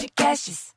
Podcasts.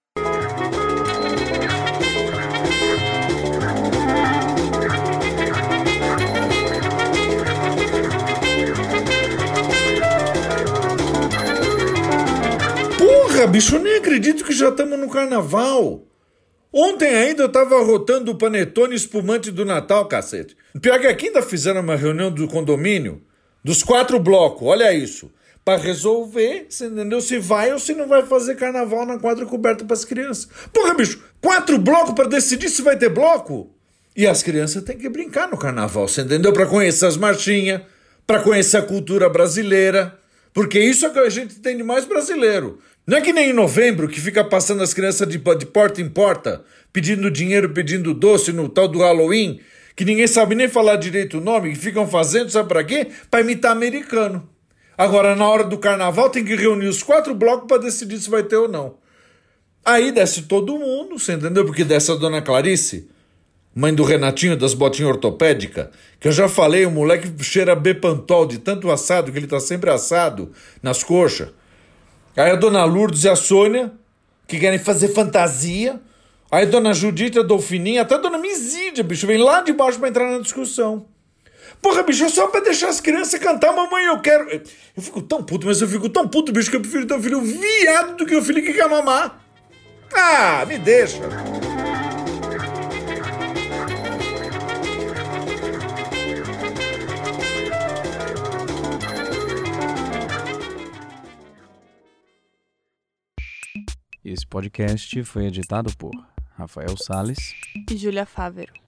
Porra, bicho, eu nem acredito que já estamos no carnaval. Ontem ainda eu tava rotando o panetone espumante do Natal, cacete. Pior que aqui ainda fizeram uma reunião do condomínio, dos 4 blocos, olha isso. Pra resolver, você entendeu? Se vai ou se não vai fazer carnaval na quadra coberta pras crianças. Porra, bicho, 4 blocos pra decidir se vai ter bloco? E as crianças têm que brincar no carnaval, você entendeu? Pra conhecer as marchinhas, pra conhecer a cultura brasileira. Porque isso é o que a gente tem de mais brasileiro. Não é que nem em novembro, que fica passando as crianças de porta em porta, pedindo dinheiro, pedindo doce no tal do Halloween, que ninguém sabe nem falar direito o nome, que ficam fazendo, sabe pra quê? Pra imitar americano. Agora, na hora do carnaval, tem que reunir os 4 blocos pra decidir se vai ter ou não. Aí desce todo mundo, você entendeu? Porque desce a dona Clarice, mãe do Renatinho das botinhas ortopédicas, que eu já falei, o moleque cheira Bepantol de tanto assado, que ele tá sempre assado nas coxas. Aí a dona Lourdes e a Sônia, que querem fazer fantasia. Aí a dona Judite, a Dolfininha, até a dona Mizídia, bicho, vem lá de baixo pra entrar na discussão. Porra, bicho, é só pra deixar as crianças cantar, mamãe, eu quero... Eu fico tão puto, mas eu fico tão puto, bicho, que eu prefiro ter um filho viado do que um filho que quer mamar. Ah, me deixa. Esse podcast foi editado por Rafael Salles e Júlia Fávero.